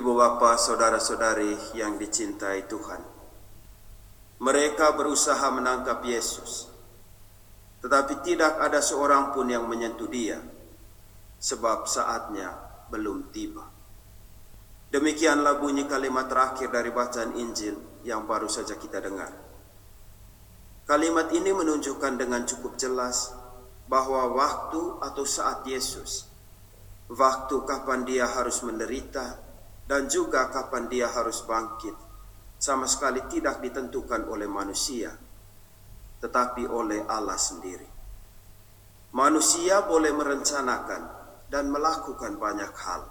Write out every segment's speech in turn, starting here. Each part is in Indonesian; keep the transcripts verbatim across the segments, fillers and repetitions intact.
Ibu bapa, saudara-saudari yang dicintai Tuhan, mereka berusaha menangkap Yesus, tetapi tidak ada seorang pun yang menyentuh dia, sebab saatnya belum tiba. Demikianlah bunyi kalimat terakhir dari bacaan Injil yang baru saja kita dengar. Kalimat ini menunjukkan dengan cukup jelas bahwa waktu atau saat Yesus, waktu kapan dia harus menderita, dan juga kapan dia harus bangkit, sama sekali tidak ditentukan oleh manusia, tetapi oleh Allah sendiri. Manusia boleh merencanakan dan melakukan banyak hal,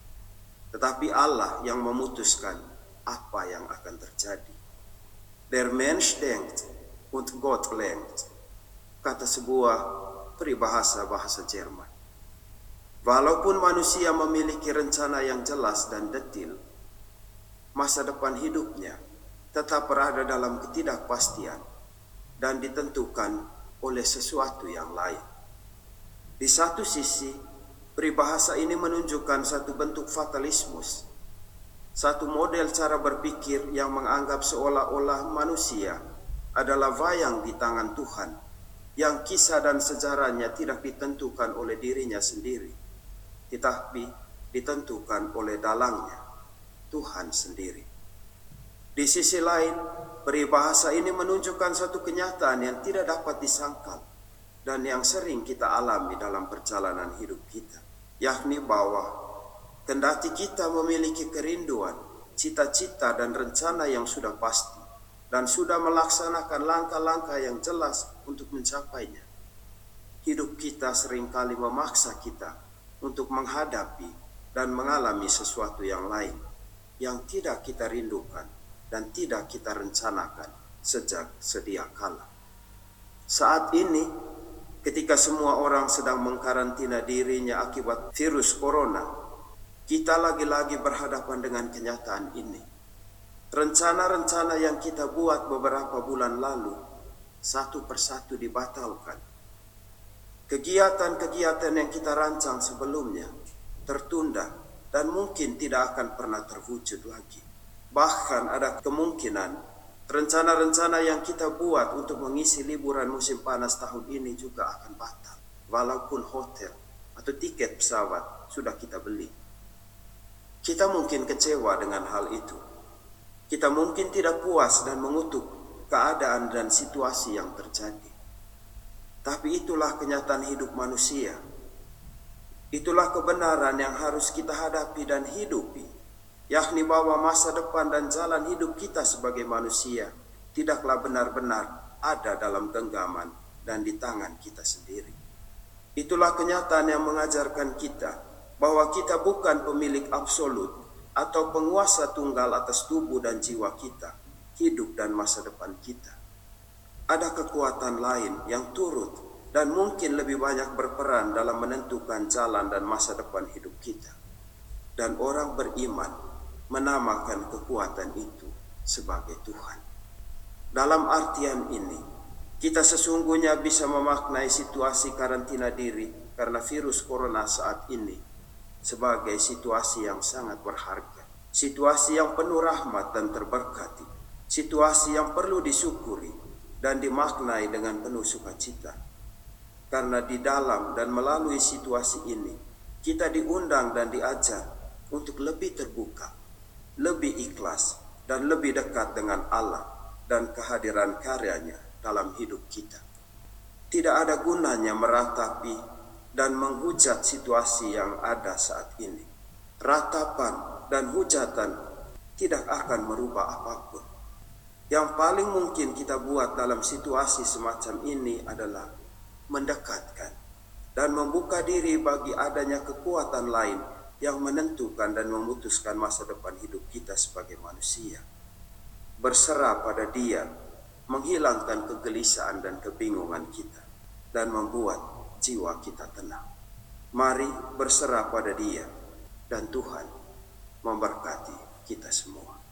tetapi Allah yang memutuskan apa yang akan terjadi. Der Mensch denkt und Gott lenkt, kata sebuah peribahasa bahasa Jerman. Walaupun manusia memiliki rencana yang jelas dan detil, masa depan hidupnya tetap berada dalam ketidakpastian dan ditentukan oleh sesuatu yang lain. Di satu sisi, peribahasa ini menunjukkan satu bentuk fatalismus, satu model cara berpikir yang menganggap seolah-olah manusia adalah wayang di tangan Tuhan, yang kisah dan sejarahnya tidak ditentukan oleh dirinya sendiri, tetapi ditentukan oleh dalangnya, Tuhan sendiri. Di sisi lain, peribahasa ini menunjukkan satu kenyataan yang tidak dapat disangkal dan yang sering kita alami dalam perjalanan hidup kita, yakni bahwa kendati kita memiliki kerinduan, cita-cita dan rencana yang sudah pasti dan sudah melaksanakan langkah-langkah yang jelas untuk mencapainya, hidup kita seringkali memaksa kita untuk menghadapi dan mengalami sesuatu yang lain yang tidak kita rindukan dan tidak kita rencanakan sejak sedia kala. Saat ini, ketika semua orang sedang mengkarantina dirinya akibat virus corona, kita lagi-lagi berhadapan dengan kenyataan ini. Rencana-rencana yang kita buat beberapa bulan lalu satu persatu dibatalkan. Kegiatan-kegiatan yang kita rancang sebelumnya tertunda dan mungkin tidak akan pernah terwujud lagi. Bahkan ada kemungkinan rencana-rencana yang kita buat untuk mengisi liburan musim panas tahun ini juga akan batal, walaupun hotel atau tiket pesawat sudah kita beli. Kita mungkin kecewa dengan hal itu. Kita mungkin tidak puas dan mengutuk keadaan dan situasi yang terjadi. Tapi itulah kenyataan hidup manusia. Itulah kebenaran yang harus kita hadapi dan hidupi, yakni bahwa masa depan dan jalan hidup kita sebagai manusia tidaklah benar-benar ada dalam genggaman dan di tangan kita sendiri. Itulah kenyataan yang mengajarkan kita bahwa kita bukan pemilik absolut atau penguasa tunggal atas tubuh dan jiwa kita, hidup dan masa depan kita. Ada kekuatan lain yang turut dan mungkin lebih banyak berperan dalam menentukan jalan dan masa depan hidup kita. Dan orang beriman menamakan kekuatan itu sebagai Tuhan. Dalam artian ini, kita sesungguhnya bisa memaknai situasi karantina diri karena virus corona saat ini sebagai situasi yang sangat berharga, situasi yang penuh rahmat dan terberkati, situasi yang perlu disyukuri dan dimaknai dengan penuh sukacita. Karena di dalam dan melalui situasi ini, kita diundang dan diajar untuk lebih terbuka, lebih ikhlas, dan lebih dekat dengan Allah dan kehadiran karyanya dalam hidup kita. Tidak ada gunanya meratapi dan menghujat situasi yang ada saat ini. Ratapan dan hujatan tidak akan merubah apapun. Yang paling mungkin kita buat dalam situasi semacam ini adalah mendekatkan dan membuka diri bagi adanya kekuatan lain yang menentukan dan memutuskan masa depan hidup kita sebagai manusia. Berserah pada Dia, menghilangkan kegelisahan dan kebingungan kita, dan membuat jiwa kita tenang. Mari berserah pada Dia, dan Tuhan memberkati kita semua.